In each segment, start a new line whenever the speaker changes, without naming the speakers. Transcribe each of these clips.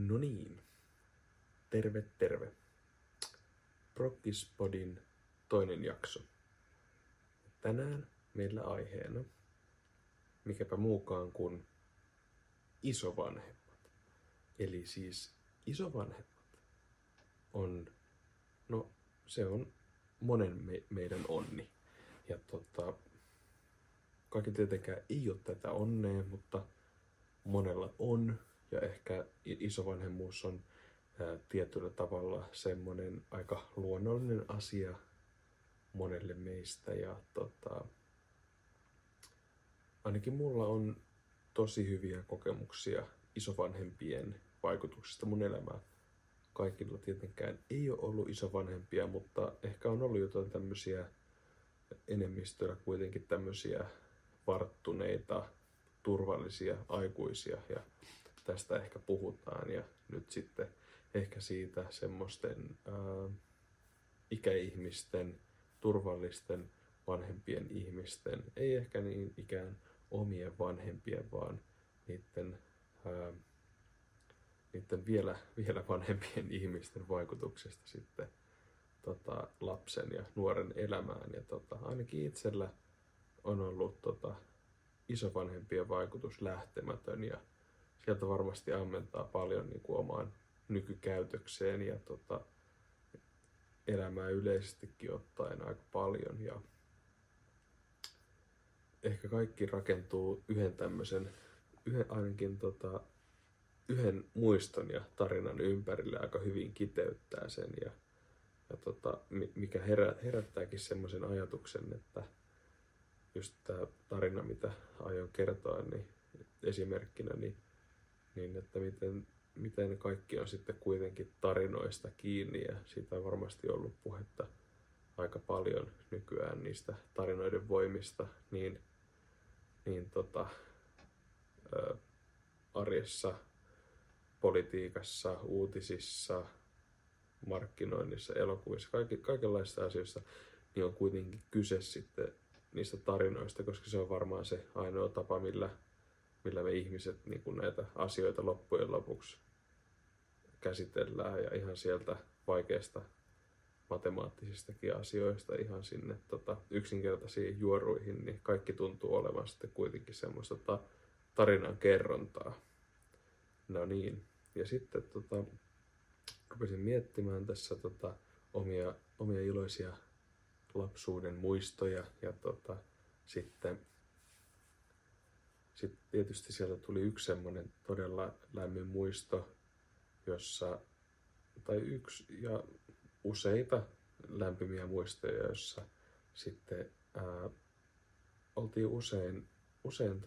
No niin, terve terve. Prokkispodin toinen jakso. Tänään meillä aiheena, mikäpä muukaan kuin isovanhemmat. Eli siis isovanhemmat on, se on monen meidän onni. Ja kaikki tietenkään ei ole tätä onnea, mutta monella on. Ja ehkä isovanhemmuus on tietyllä tavalla semmoinen aika luonnollinen asia monelle meistä. Ja ainakin mulla on tosi hyviä kokemuksia isovanhempien vaikutuksista mun elämään. Kaikilla tietenkään ei ole ollut isovanhempia, mutta ehkä on ollut jotain tämmöisiä enemmistöllä kuitenkin tämmöisiä varttuneita, turvallisia aikuisia, ja tästä ehkä puhutaan. Ja nyt sitten ehkä siitä semmoisten ikäihmisten, turvallisten vanhempien ihmisten, ei ehkä niin ikään omien vanhempien, vaan niiden vielä vanhempien ihmisten vaikutuksesta sitten lapsen ja nuoren elämään. Ja ainakin itsellä on ollut isovanhempien vaikutus lähtemätön, ja sieltä varmasti ammentaa paljon niin kuin omaan nykykäytökseen ja elämää yleisestikin ottaen aika paljon. Ja ehkä kaikki rakentuu yhden muiston ja tarinan ympärille, aika hyvin kiteyttää sen, ja mikä herättääkin semmoisen ajatuksen, että just tämä tarina, mitä aion kertoa, niin esimerkkinä, niin että miten kaikki on sitten kuitenkin tarinoista kiinni, ja siitä on varmasti ollut puhetta aika paljon nykyään niistä tarinoiden voimista, niin arjessa, politiikassa, uutisissa, markkinoinnissa, elokuvissa, kaikenlaisissa asioissa, niin on kuitenkin kyse sitten niistä tarinoista, koska se on varmaan se ainoa tapa, millä me ihmiset niin kun näitä asioita loppujen lopuksi käsitellään, ja ihan sieltä vaikeista matemaattisistakin asioista ihan sinne yksinkertaisiin juoruihin, niin kaikki tuntuu olevan sitten kuitenkin semmoista tarinan kerrontaa. No niin, ja sitten rupesin miettimään tässä omia iloisia lapsuuden muistoja, ja sitten tietysti sieltä tuli yksi semmoinen todella lämmin muisto, ja useita lämpimiä muistoja, jossa sitten oltiin usein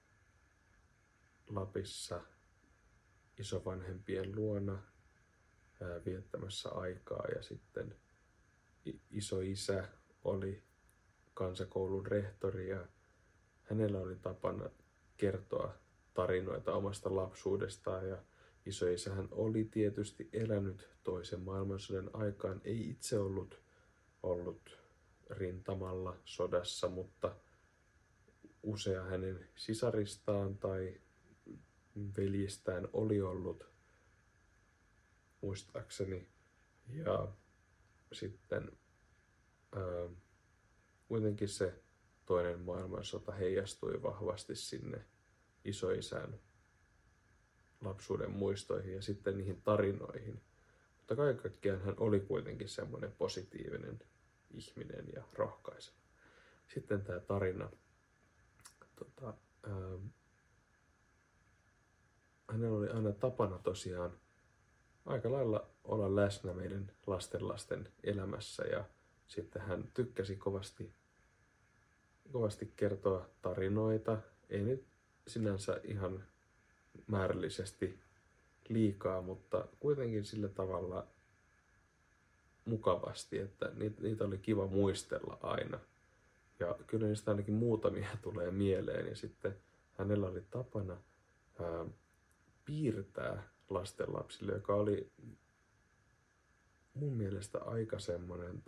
Lapissa isovanhempien luona viettämässä aikaa, ja sitten isoisä oli kansakoulun rehtori, ja hänellä oli tapana kertoa tarinoita omasta lapsuudestaan, ja isoisähän oli tietysti elänyt toisen maailmansodan aikaan, ei itse ollut rintamalla sodassa, mutta usea hänen sisaristaan tai veljistään oli ollut, muistaakseni, ja sitten kuitenkin se toinen maailmansota heijastui vahvasti sinne isoisän lapsuuden muistoihin ja sitten niihin tarinoihin. Mutta kaiken kaikkiaan hän oli kuitenkin semmoinen positiivinen ihminen ja rohkaiseva. Sitten tämä tarina. Hänellä oli aina tapana tosiaan aika lailla olla läsnä meidän lasten elämässä, ja sitten hän tykkäsi kovasti kertoa tarinoita. Ei nyt sinänsä ihan määrällisesti liikaa, mutta kuitenkin sillä tavalla mukavasti, että niitä oli kiva muistella aina. Ja kyllä niistä ainakin muutamia tulee mieleen, ja sitten hänellä oli tapana piirtää lastenlapsille, joka oli mun mielestä aika semmoinen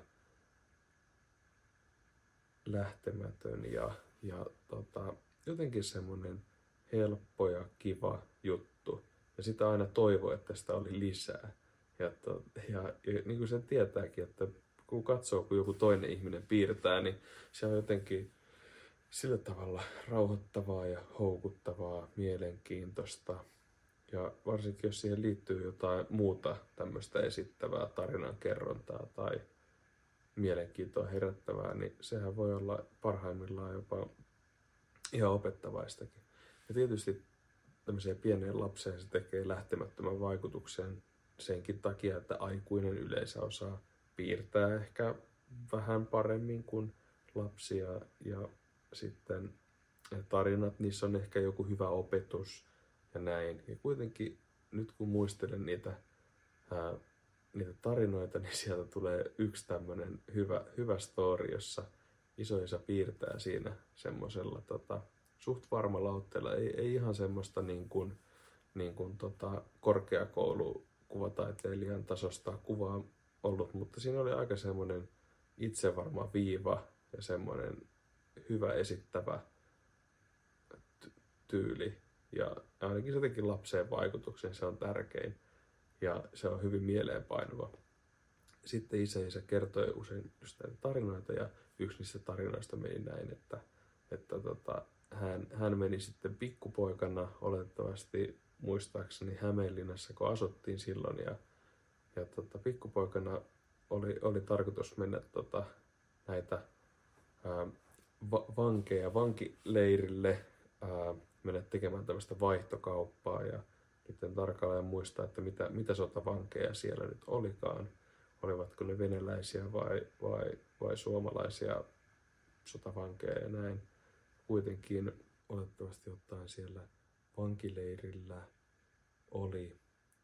lähtemätön ja jotenkin semmoinen helppo ja kiva juttu, ja sitä aina toivoi, että sitä oli lisää. Ja niin kuin sen tietääkin, että kun katsoo, kun joku toinen ihminen piirtää, niin se on jotenkin sillä tavalla rauhoittavaa ja houkuttavaa, mielenkiintoista. Ja varsinkin, jos siihen liittyy jotain muuta tämmöistä esittävää tarinankerrontaa tai mielenkiintoa herättävää, niin sehän voi olla parhaimmillaan jopa ihan opettavaistakin. Ja tietysti tämmöiseen pieneen lapseen se tekee lähtemättömän vaikutuksen senkin takia, että aikuinen yleensä osaa piirtää ehkä vähän paremmin kuin lapsia. Ja sitten tarinat, niissä on ehkä joku hyvä opetus ja näin. Ja kuitenkin nyt kun muistelen niitä tarinoita, niin sieltä tulee yksi tämmöinen hyvä story, jossa isoisä piirtää siinä semmoisella suht varmalla otteella. Ei ihan semmoista niin kuin korkeakoulukuvataiteilijan tasosta kuvaa ollut, mutta siinä oli aika semmoinen itsevarma viiva ja semmoinen hyvä esittävä tyyli. Ja ainakin se teki lapseen vaikutuksen, se on tärkein. Ja se on hyvin mieleenpainuva. Sitten isä kertoi usein just näitä tarinoita, ja yksi niistä tarinoista meni näin, että hän meni sitten pikkupoikana, oletettavasti muistaakseni Hämeenlinnassa, kun asuttiin silloin, ja pikkupoikana oli tarkoitus mennä näitä vankeja vankileirille, mennä tekemään tämmöistä vaihtokauppaa, ja nyt en tarkalleen muista, että mitä sotavankeja siellä nyt olikaan. Olivatko ne venäläisiä vai suomalaisia sotavankeja ja näin. Kuitenkin olettavasti ottaen siellä vankileirillä oli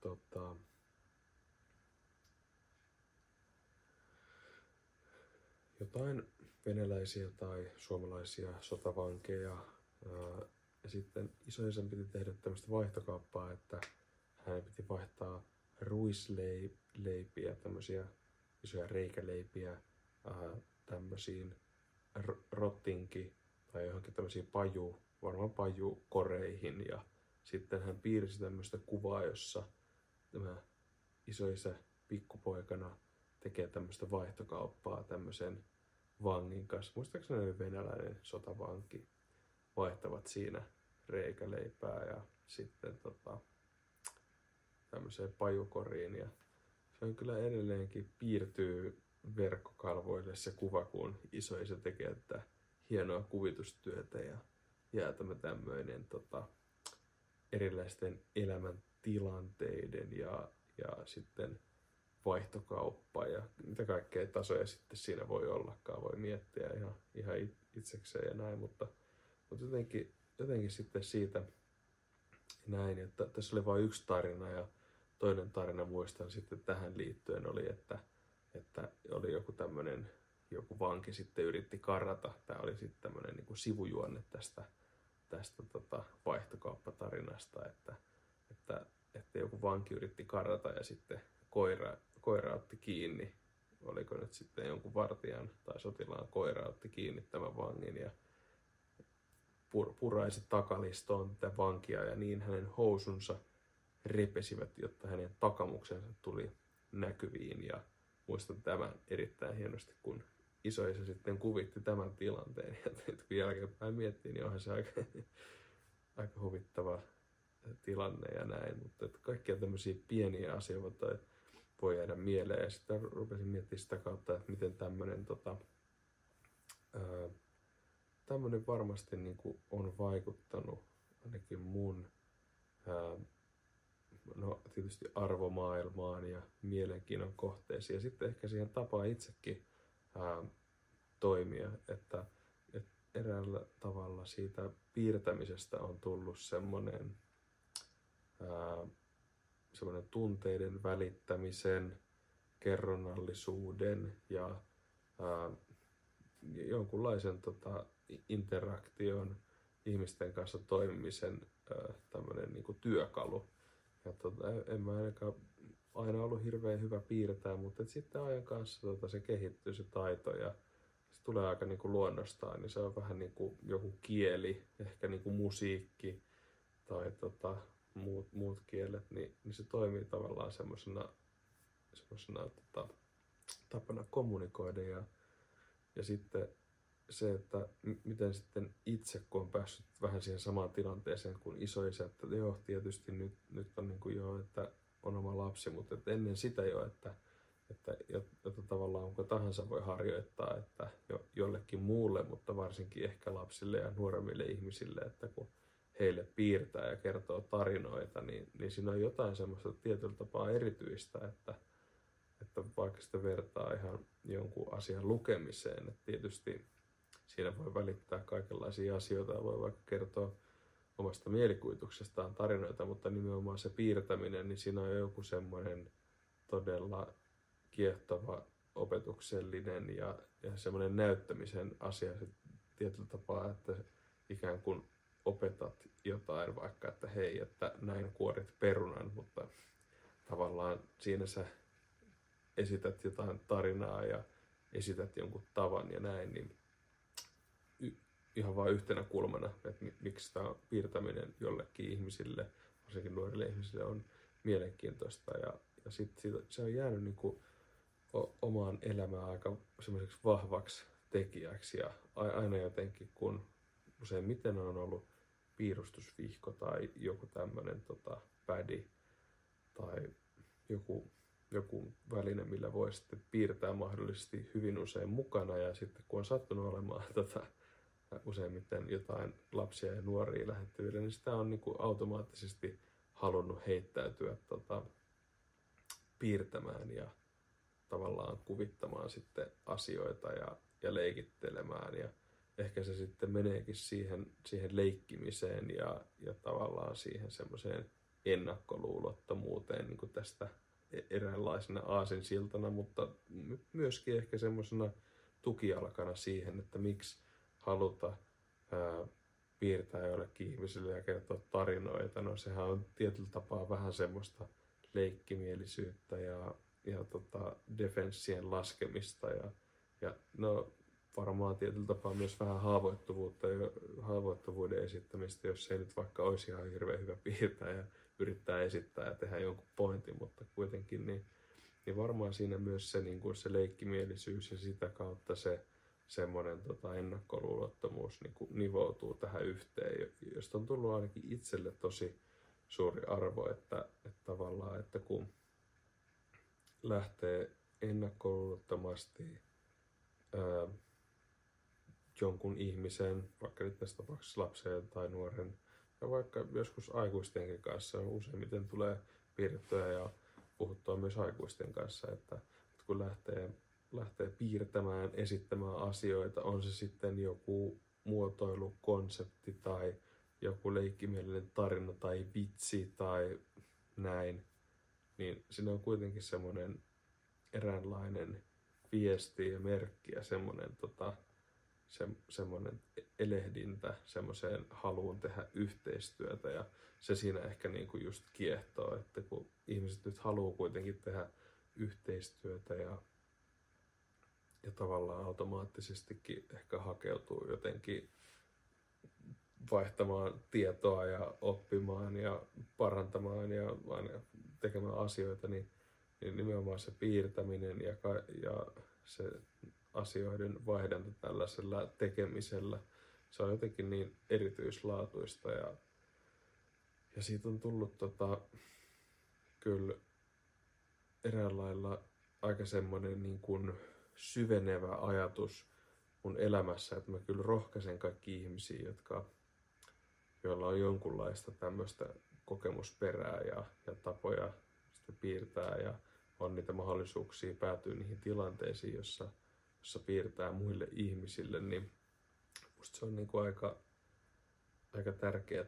jotain venäläisiä tai suomalaisia sotavankeja. Ja sitten isoisän piti tehdä tämmöistä vaihtokauppaa, että hän piti vaihtaa ruisleipiä, tämmöisiä isoja reikäleipiä, tämmöisiin rottinki tai johonkin tämmöisiin varmaan pajukoreihin. Ja sitten hän piirsi tämmöistä kuvaa, jossa tämä isoisä pikkupoikana tekee tämmöistä vaihtokauppaa tämmöisen vangin kanssa. Muistaakseni oli venäläinen sotavanki. Vaihtavat siinä reikäleipää ja sitten tämmöiseen pajukoriin. Ja se on kyllä edelleenkin piirtyy verkkokalvoille se kuva, kun isoisä tekee tätä hienoa kuvitustyötä ja jää tämmöinen erilaisten elämäntilanteiden ja sitten vaihtokauppa ja mitä kaikkea tasoja sitten siinä voi ollakaan, voi miettiä ihan itsekseen ja näin, mutta jotenkin sitten siitä näin, että tässä oli vain yksi tarina ja toinen tarina muistan sitten tähän liittyen oli, että oli joku vanki sitten yritti karata. Tämä oli sitten tämmöinen niin kuin sivujuonne tästä vaihtokauppatarinasta, että joku vanki yritti karata ja sitten koira otti kiinni. Oliko nyt sitten jonkun vartijan tai sotilaan koira otti kiinni tämän vangin ja puraisi takalistoon tätä vankia ja niin hänen housunsa repesivät, jotta hänen takamuksensa tuli näkyviin. Ja muistan tämän erittäin hienosti, kun isoisä sitten kuvitti tämän tilanteen. Ja kun jälkeenpäin miettii, niin onhan se aika huvittava tilanne ja näin. Mutta kaikkia tämmöisiä pieniä asioita voi jäädä mieleen. Ja sitten rupesin miettimään sitä kautta, että miten tämmöinen varmasti niin kuin on vaikuttanut ainakin mun tietysti arvomaailmaan ja mielenkiinnon kohteisiin ja sitten ehkä siihen tapaan itsekin toimia, että eräällä tavalla siitä piirtämisestä on tullut semmoinen tunteiden välittämisen, kerronnallisuuden ja jonkunlaisen interaktion, ihmisten kanssa toimimisen tämmöinen niin kuin työkalu. Ja en mä ainakaan aina ollut hirveän hyvä piirtää, mutta sitten ajan kanssa se kehittyy se taito ja se tulee aika niin kuin luonnostaan, niin se on vähän niin kuin joku kieli, ehkä niin kuin musiikki tai muut kielet, niin se toimii tavallaan semmoisena tapana kommunikoida ja sitten se, että miten sitten itse, kun on päässyt vähän siihen samaan tilanteeseen kuin isoisä, että joo, tietysti nyt on niin kuin joo, että on oma lapsi, mutta että ennen sitä jo, että tavallaan onko tahansa voi harjoittaa, että jollekin muulle, mutta varsinkin ehkä lapsille ja nuoremmille ihmisille, että kun heille piirtää ja kertoo tarinoita, niin siinä on jotain semmoista tietyllä tapaa erityistä, että vaikka sitä vertaa ihan jonkun asian lukemiseen, että tietysti siinä voi välittää kaikenlaisia asioita ja voi vaikka kertoa omasta mielikuvituksestaan tarinoita, mutta nimenomaan se piirtäminen, niin siinä on joku semmoinen todella kiehtova opetuksellinen ja semmoinen näyttämisen asia tietyllä tapaa, että ikään kuin opetat jotain vaikka, että hei, että näin kuorit perunan, mutta tavallaan siinä sä esität jotain tarinaa ja esität jonkun tavan ja näin, niin ihan vain yhtenä kulmana, että miksi tämä piirtäminen jollekin ihmisille, varsinkin nuorille ihmisille, on mielenkiintoista. Ja sitten se on jäänyt niin kuin omaan elämään aika semmoiseksi vahvaksi tekijäksi. Ja aina jotenkin, kun useimmiten on ollut piirustusvihko tai joku tämmöinen pädi tai joku väline, millä voi sitten piirtää mahdollisesti hyvin usein mukana. Ja sitten kun on sattunut olemaan useimmiten jotain lapsia ja nuoria lähettyville, niin sitä on niin kuin automaattisesti halunnut heittäytyä piirtämään ja tavallaan kuvittamaan sitten asioita ja leikittelemään. Ja ehkä se sitten meneekin siihen leikkimiseen ja tavallaan siihen semmoiseen ennakkoluulottomuuteen niin kuin tästä eräänlaisena aasinsiltana, mutta myöskin ehkä semmoisena tukijalkana siihen, että miksi haluta piirtää jollekin ihmisille ja kertoa tarinoita. No sehän on tietyllä tapaa vähän semmoista leikkimielisyyttä ja defenssien laskemista ja no varmaan tietyllä tapaa myös vähän haavoittuvuutta ja haavoittuvuuden esittämistä, jos ei nyt vaikka olisi ihan hirveän hyvä piirtää ja yrittää esittää ja tehdä jonkun pointin, mutta kuitenkin niin varmaan siinä myös se, niin kuin se leikkimielisyys ja sitä kautta se semmoinen ennakkoluulottomuus niin kuin nivoutuu tähän yhteen, josta on tullut ainakin itselle tosi suuri arvo, että tavallaan, että kun lähtee ennakkoluulottomasti jonkun ihmisen, vaikka nyt tässä tapauksessa lapsen tai nuoren, ja vaikka joskus aikuistenkin kanssa, useimmiten tulee piirrettyä ja puhuttua myös aikuisten kanssa, että kun lähtee piirtämään, esittämään asioita, on se sitten joku muotoilukonsepti tai joku leikkimielinen tarina tai vitsi tai näin, niin siinä on kuitenkin semmoinen eräänlainen viesti ja merkki ja semmoinen elehdintä semmoiseen haluun tehdä yhteistyötä ja se siinä ehkä niin kuin just kiehtoo, että kun ihmiset nyt haluaa kuitenkin tehdä yhteistyötä ja tavallaan automaattisestikin ehkä hakeutuu jotenkin vaihtamaan tietoa ja oppimaan ja parantamaan ja tekemään asioita, niin nimenomaan se piirtäminen ja se asioiden vaihdanta tällaisella tekemisellä, se on jotenkin niin erityislaatuista ja siitä on tullut kyllä erään lailla aika semmoinen niin kuin syvenevä ajatus mun elämässä, että mä kyllä rohkaisen kaikki ihmisiä, joilla on jonkunlaista tämmöistä kokemusperää ja tapoja sitten piirtää ja on niitä mahdollisuuksia päätyä niihin tilanteisiin, jossa piirtää muille ihmisille, niin musta se on niin kuin aika tärkeää,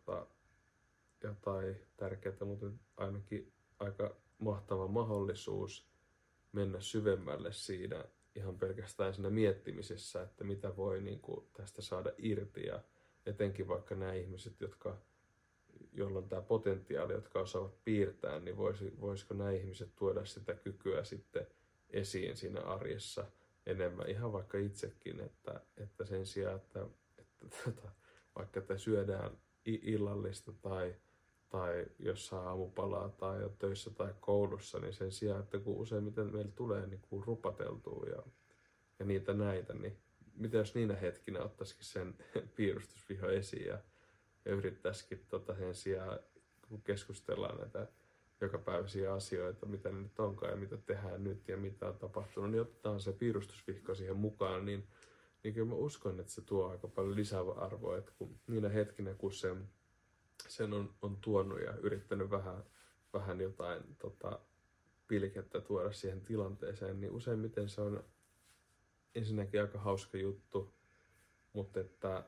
tai tärkeää, mutta ainakin aika mahtava mahdollisuus mennä syvemmälle siinä ihan pelkästään siinä miettimisessä, että mitä voi niin kuin tästä saada irti ja etenkin vaikka nämä ihmiset, joilla on tämä potentiaali, jotka osaavat piirtää, niin voisiko nämä ihmiset tuoda sitä kykyä sitten esiin siinä arjessa enemmän, ihan vaikka itsekin, että sen sijaan, että vaikka että syödään illallista tai tai jossain aamupalaa tai jo töissä tai koulussa, niin sen sijaan, että kun useimmiten meillä tulee niin kuin rupateltua ja niitä näitä, niin mitä jos niinä hetkinä ottaisikin sen piirustusviho esiin ja yrittäisikin sen sijaan, kun keskustellaan näitä jokapäiväisiä asioita, mitä ne nyt onkaan ja mitä tehdään nyt ja mitä on tapahtunut, niin otetaan se piirustusvihko siihen mukaan, niin kyllä mä uskon, että se tuo aika paljon lisäarvoa, että kun niinä hetkinä, kun sen on tuonut ja yrittänyt vähän jotain pilkettä tuoda siihen tilanteeseen, niin useimmiten se on ensinnäkin aika hauska juttu, mutta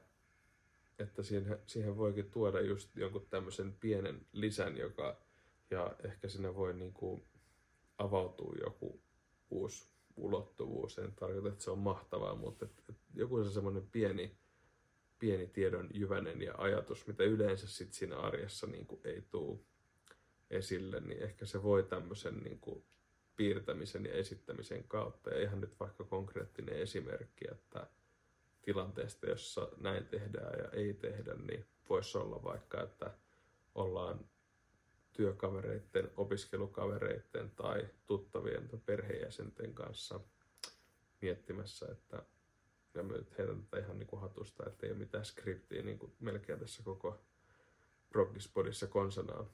että siihen voikin tuoda just jonkun tämmöisen pienen lisän, ja ehkä siinä voi niinku avautua joku uusi ulottuvuus. En tarkoita, että se on mahtavaa, mutta että joku se semmoinen pieni tiedon jyvänen ja ajatus, mitä yleensä sit siinä arjessa niinku ei tule esille, niin ehkä se voi tämmöisen niinku piirtämisen ja esittämisen kautta. Ja ihan nyt vaikka konkreettinen esimerkki, että tilanteesta, jossa näin tehdään ja ei tehdä, niin voisi olla vaikka, että ollaan työkavereiden, opiskelukavereiden tai tuttavien tai perheenjäsenten kanssa miettimässä, että ja mä nyt heitän tätä ihan niin kuin hatusta, että ei ole mitään skriptiä niin kuin melkein tässä koko Proggispodissa konsanaan.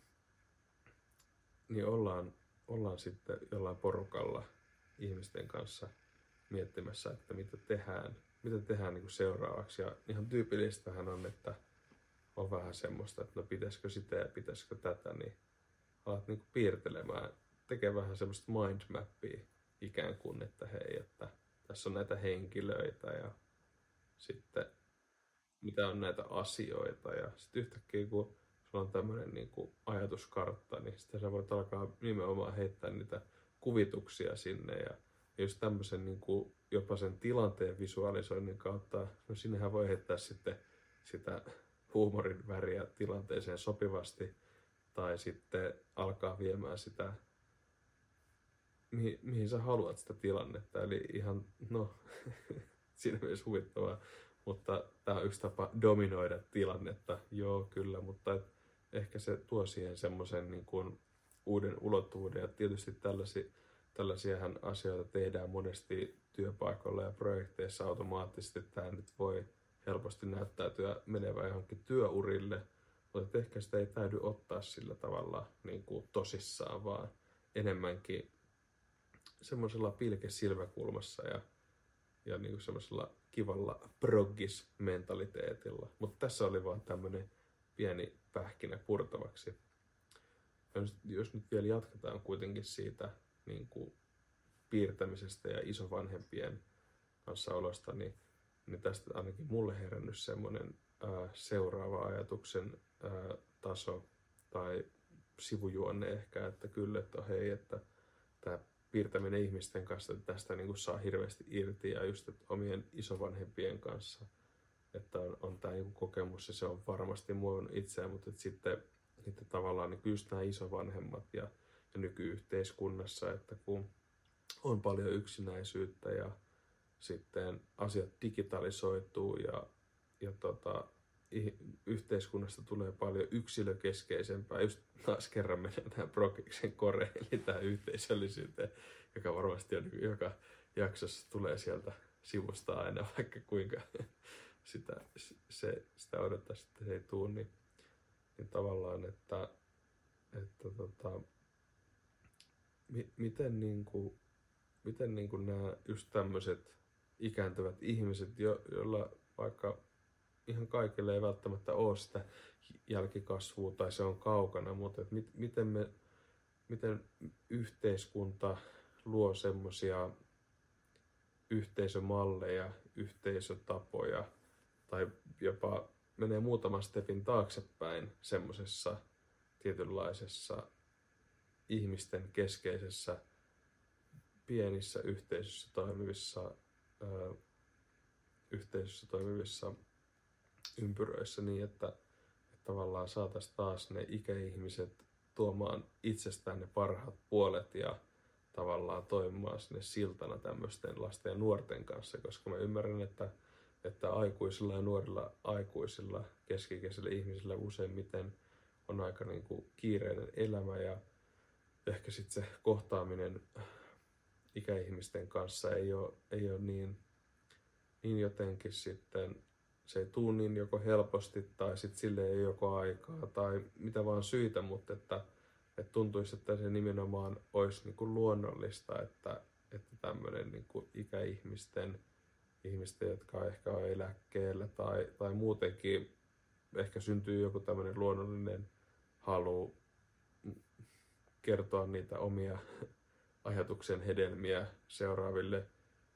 Niin ollaan sitten jollain porukalla ihmisten kanssa miettimässä, että mitä tehdään niin kuin seuraavaksi. Ja ihan tyypillistähän on, että on vähän semmoista, että no pitäisikö sitä ja pitäisikö tätä, niin alat niin kuin piirtelemään, tekee vähän semmoista mindmappia ikään kuin, että hei, että tässä on näitä henkilöitä ja sitten mitä on näitä asioita ja sitten yhtäkkiä kun sulla on tämmöinen niin kuin ajatuskartta, niin sitten sä voit alkaa nimenomaan heittää niitä kuvituksia sinne ja just tämmöisen niin kuin jopa sen tilanteen visualisoinnin kautta, no sinnehän voi heittää sitten sitä huumorin väriä tilanteeseen sopivasti tai sitten alkaa viemään sitä mihin sä haluat sitä tilannetta. Eli ihan, no, siinä mielessä huvittavaa. Mutta tää on yksi tapa dominoida tilannetta. Joo, kyllä, mutta ehkä se tuo siihen semmoisen niin kuin uuden ulottuvuuden. Ja tietysti tällaisiahan asioita tehdään monesti työpaikoilla ja projekteissa automaattisesti. Tämä nyt voi helposti näyttäytyä menevän johonkin työurille, mutta ehkä sitä ei täydy ottaa sillä tavalla niin kuin tosissaan, vaan enemmänkin semmoisella pilkesilmäkulmassa ja niin kuin semmoisella kivalla proggis-mentaliteetilla. Mutta tässä oli vaan tämmöinen pieni pähkinä purtavaksi. Jos nyt vielä jatketaan kuitenkin siitä niin kuin piirtämisestä ja isovanhempien kanssa olosta, niin tästä ainakin mulle herännyt semmoinen seuraava ajatuksen taso tai sivujuonne ehkä, että kyllä, että hei, että tämä piirtäminen ihmisten kanssa, että tästä niin kuin saa hirveästi irti ja just että omien isovanhempien kanssa, että on tämä niin kokemus ja se on varmasti muovannut itseään, mutta että sitten tavallaan niin just nämä isovanhemmat ja nykyyhteiskunnassa, että kun on paljon yksinäisyyttä ja sitten asiat digitalisoituu ja yhteiskunnasta tulee paljon yksilökeskeisempää. Just taas kerran mennään tähän Proggiksen koreen, eli tähän yhteisöllisyyteen, joka varmasti on joka jaksossa tulee sieltä sivusta aina, vaikka kuinka sitä odottaa, että se ei tule, niin tavallaan, että miten nämä just tämmöiset ikääntyvät ihmiset, joilla vaikka ihan kaikille ei välttämättä ole sitä jälkikasvua tai se on kaukana, mutta miten yhteiskunta luo semmoisia yhteisömalleja, yhteisötapoja tai jopa menee muutaman stepin taaksepäin semmoisessa tietynlaisessa ihmisten keskeisessä pienissä yhteisössä toimivissa ympyröissä niin, että tavallaan saataisiin taas ne ikäihmiset tuomaan itsestään ne parhaat puolet ja tavallaan toimimaan sinne siltana tämmöisten lasten ja nuorten kanssa, koska mä ymmärrän, että aikuisilla ja nuorilla aikuisilla keski-ikäisillä ihmisillä useimmiten on aika niin kuin kiireinen elämä ja ehkä sitten se kohtaaminen ikäihmisten kanssa ei ole niin jotenkin sitten, se ei tuu niin joko helposti tai sitten sille ei joko aikaa tai mitä vaan syitä, mutta että tuntuisi, että se nimenomaan olisi niin kuin luonnollista, että tämmöinen niin kuin ikäihmisten, jotka ehkä on eläkkeellä tai muutenkin ehkä syntyy joku tämmöinen luonnollinen halu kertoa niitä omia ajatuksen hedelmiä seuraaville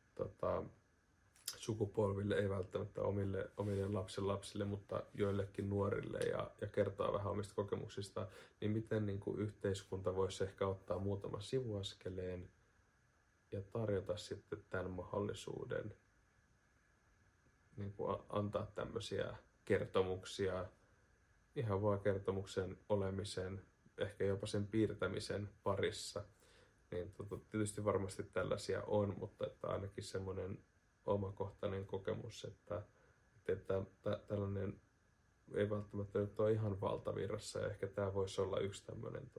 sukupolville, ei välttämättä omille lapsenlapsille, mutta joillekin nuorille ja kertoa vähän omista kokemuksista, niin miten niin kuin yhteiskunta voisi ehkä ottaa muutaman sivuaskeleen ja tarjota sitten tämän mahdollisuuden niin kuin antaa tämmöisiä kertomuksia, ihan vaan kertomuksen olemisen, ehkä jopa sen piirtämisen parissa. Niin tietysti varmasti tällaisia on, mutta että ainakin semmoinen omakohtainen kokemus, että tällainen ei välttämättä nyt ole ihan valtavirrassa, ja ehkä tämä voisi olla yksi tämmöinen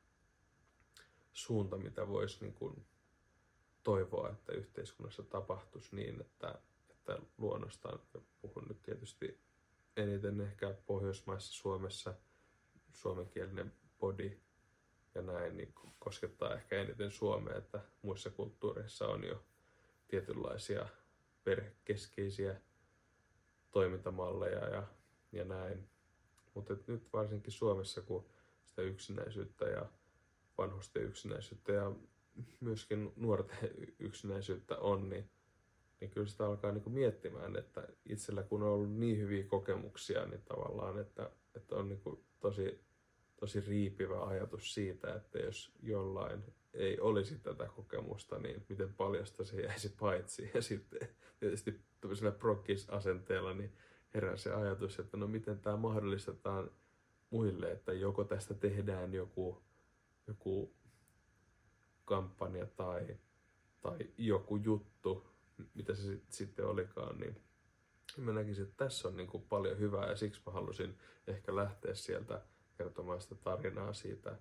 suunta, mitä voisi niin kuin toivoa, että yhteiskunnassa tapahtuisi niin, että luonnostaan, puhun nyt tietysti eniten ehkä Pohjoismaissa, Suomessa, suomenkielinen body ja näin, niin koskettaa ehkä eniten Suomea, että muissa kulttuureissa on jo tietynlaisia perhekeskeisiä toimintamalleja ja näin. Mutta nyt varsinkin Suomessa, kun sitä yksinäisyyttä ja vanhusten yksinäisyyttä ja myöskin nuorten yksinäisyyttä on, niin kyllä sitä alkaa niinku miettimään, että itsellä kun on ollut niin hyviä kokemuksia, niin tavallaan, että on niinku tosi riipivä ajatus siitä, että jos jollain ei olisi tätä kokemusta, niin miten paljasta se jäisi paitsi. Ja sitten tietysti tämmöisellä proggis-asenteella niin herää se ajatus, että no miten tämä mahdollistetaan muille, että joko tästä tehdään joku kampanja tai joku juttu, mitä se sitten olikaan, niin mä näkisin, että tässä on niin kuin paljon hyvää ja siksi mä halusin ehkä lähteä sieltä kertomaan sitä tarinaa siitä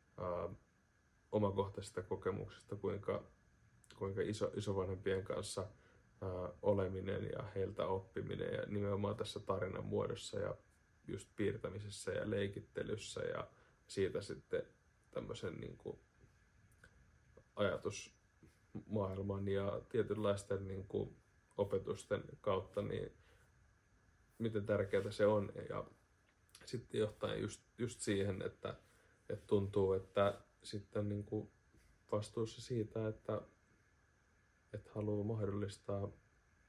omakohtaisesta kokemuksesta, kuinka isovanhempien kanssa oleminen ja heiltä oppiminen ja nimenomaan tässä tarinan muodossa ja just piirtämisessä ja leikittelyssä ja siitä sitten tämmöisen niin kuin ajatusmaailman ja tietynlaisten niin kuin opetusten kautta, niin miten tärkeää se on. Ja sitten johtaa just siihen, että tuntuu, että sitten niin kuin vastuussa siitä, että haluaa mahdollistaa, että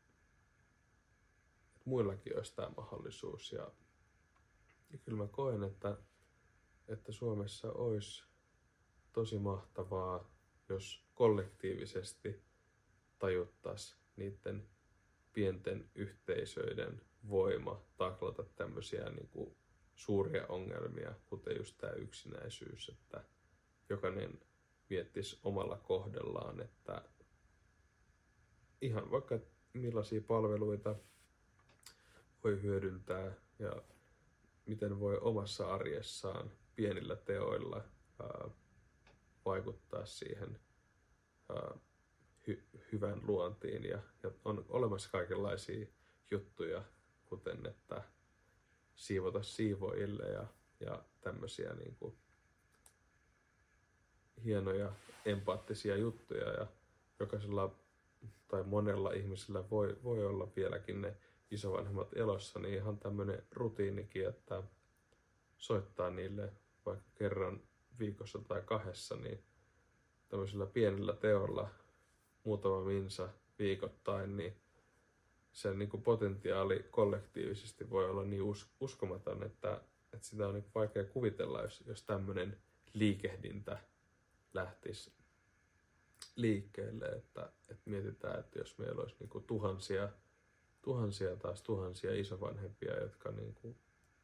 muillakin olisi tämä mahdollisuus. Ja kyllä mä koen, että Suomessa olisi tosi mahtavaa, jos kollektiivisesti tajuttaisiin niiden pienten yhteisöiden voima taklata tämmöisiä niin kuin suuria ongelmia, kuten just tämä yksinäisyys, että jokainen miettisi omalla kohdellaan, että ihan vaikka millaisia palveluita voi hyödyntää ja miten voi omassa arjessaan pienillä teoilla vaikuttaa siihen hyvän luontiin ja on olemassa kaikenlaisia juttuja, kuten että siivota siivoille ja tämmöisiä niin kuin hienoja empaattisia juttuja ja jokaisella tai monella ihmisellä voi olla vieläkin ne isovanhemmat elossa, niin ihan tämmöinen rutiinikin, että soittaa niille vaikka kerran viikossa tai kahdessa, niin tämmöisellä pienellä teolla muutama minsa viikoittain, niin sen niin kuin potentiaali kollektiivisesti voi olla niin uskomaton, että sitä on niin vaikea kuvitella, jos tämmöinen liikehdintä lähtisi liikkeelle, että mietitään, että jos meillä olisi niin kuin tuhansia isovanhempia, jotka niin kuin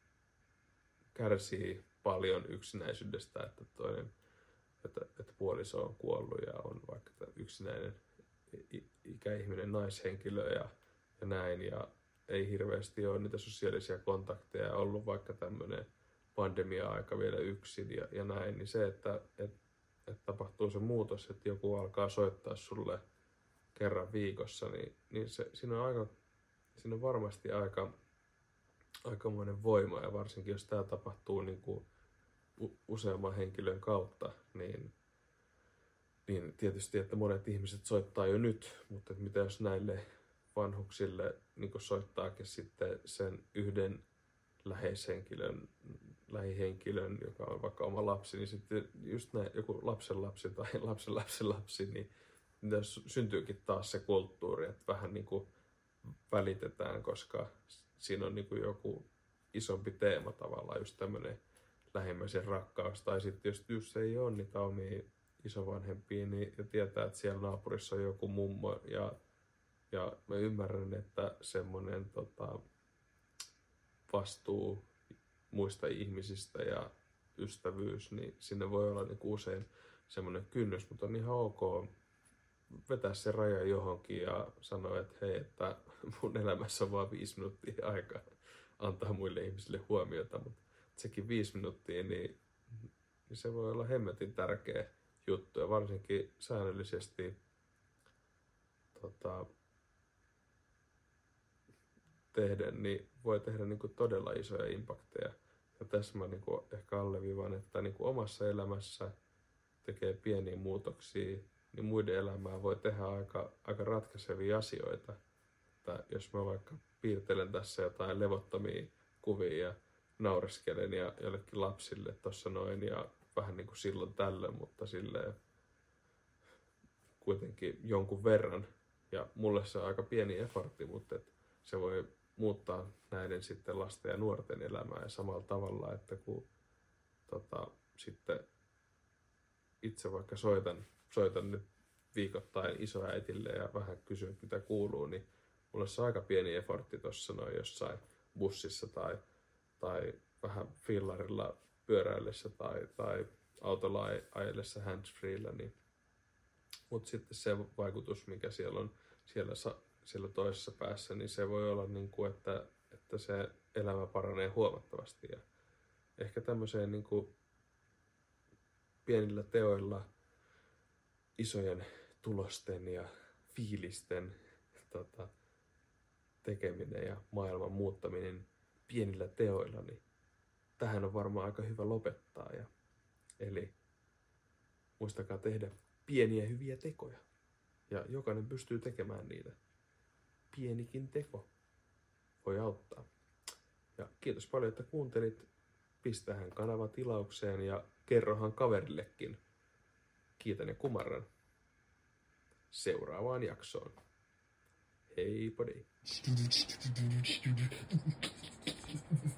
kärsii paljon yksinäisyydestä, että puoliso on kuollut ja on vaikka yksinäinen ikäihminen naishenkilö ja näin, ja ei hirveästi ole niitä sosiaalisia kontakteja ollut, vaikka tämmöinen pandemia-aika vielä yksin ja näin, niin se, että tapahtuu se muutos, että joku alkaa soittaa sulle kerran viikossa, niin siinä on varmasti aikamoinen voima, ja varsinkin jos tämä tapahtuu niin kuin useamman henkilön kautta, niin tietysti, että monet ihmiset soittaa jo nyt, mutta mitä jos näille vanhuksille niin soittaakin sitten sen yhden lähihenkilön, joka on vaikka oma lapsi, niin sitten just näin, joku lapsenlapsi tai lapsenlapsenlapsi, niin syntyykin taas se kulttuuri, että vähän niin kuin välitetään, koska siinä on niin kuin joku isompi teema tavallaan, just tämmöinen lähimmäisen rakkaus, tai sitten jos ei ole niitä omia isovanhempia, niin ja tietää, että siellä naapurissa on joku mummo, ja mä ymmärrän, että semmoinen vastuu muista ihmisistä ja ystävyys, niin sinne voi olla niin usein semmoinen kynnys, mutta on ihan ok vetää se raja johonkin ja sanoa, että hei, että mun elämässä on vaan 5 minuuttia aikaa antaa muille ihmisille huomiota, mutta sekin 5 minuuttia, niin se voi olla hemmetin tärkeä juttu, ja varsinkin säännöllisesti tehden, niin voi tehdä niin kuin todella isoja impakteja. Ja tässä mä niin kuin ehkä alleviivan, että niin kuin omassa elämässä tekee pieniä muutoksia, niin muiden elämää voi tehdä aika ratkaisevia asioita. Että jos mä vaikka piirtelen tässä jotain levottomia kuvia ja naureskelen ja jollekin lapsille tuossa noin ja vähän niin kuin silloin tällöin, mutta silleen kuitenkin jonkun verran. Ja mulle se on aika pieni effortti, mutta se voi muuttaa näiden sitten lasten ja nuorten elämää ja samalla tavalla, että kun sitten itse vaikka soitan nyt viikoittain isoäitille ja vähän kysyn, mitä kuuluu, niin mulla on aika pieni effortti tuossa noin jossain bussissa tai vähän fillarilla pyöräillessä tai autolla ajellessa handsfreellä, niin mutta sitten se vaikutus, mikä siellä on siellä toisessa päässä, niin se voi olla niin kuin, että se elämä paranee huomattavasti. Ja ehkä tämmöiseen niin kuin pienillä teoilla isojen tulosten ja fiilisten tekeminen ja maailman muuttaminen pienillä teoilla, niin tähän on varmaan aika hyvä lopettaa. Eli muistakaa tehdä pieniä hyviä tekoja. Ja jokainen pystyy tekemään niitä. Pienikin teko voi auttaa. Ja kiitos paljon, että kuuntelit. Pistähän kanava tilaukseen ja kerrohan kaverillekin. Kiitän ja kumarran. Seuraavaan jaksoon. Hei podei.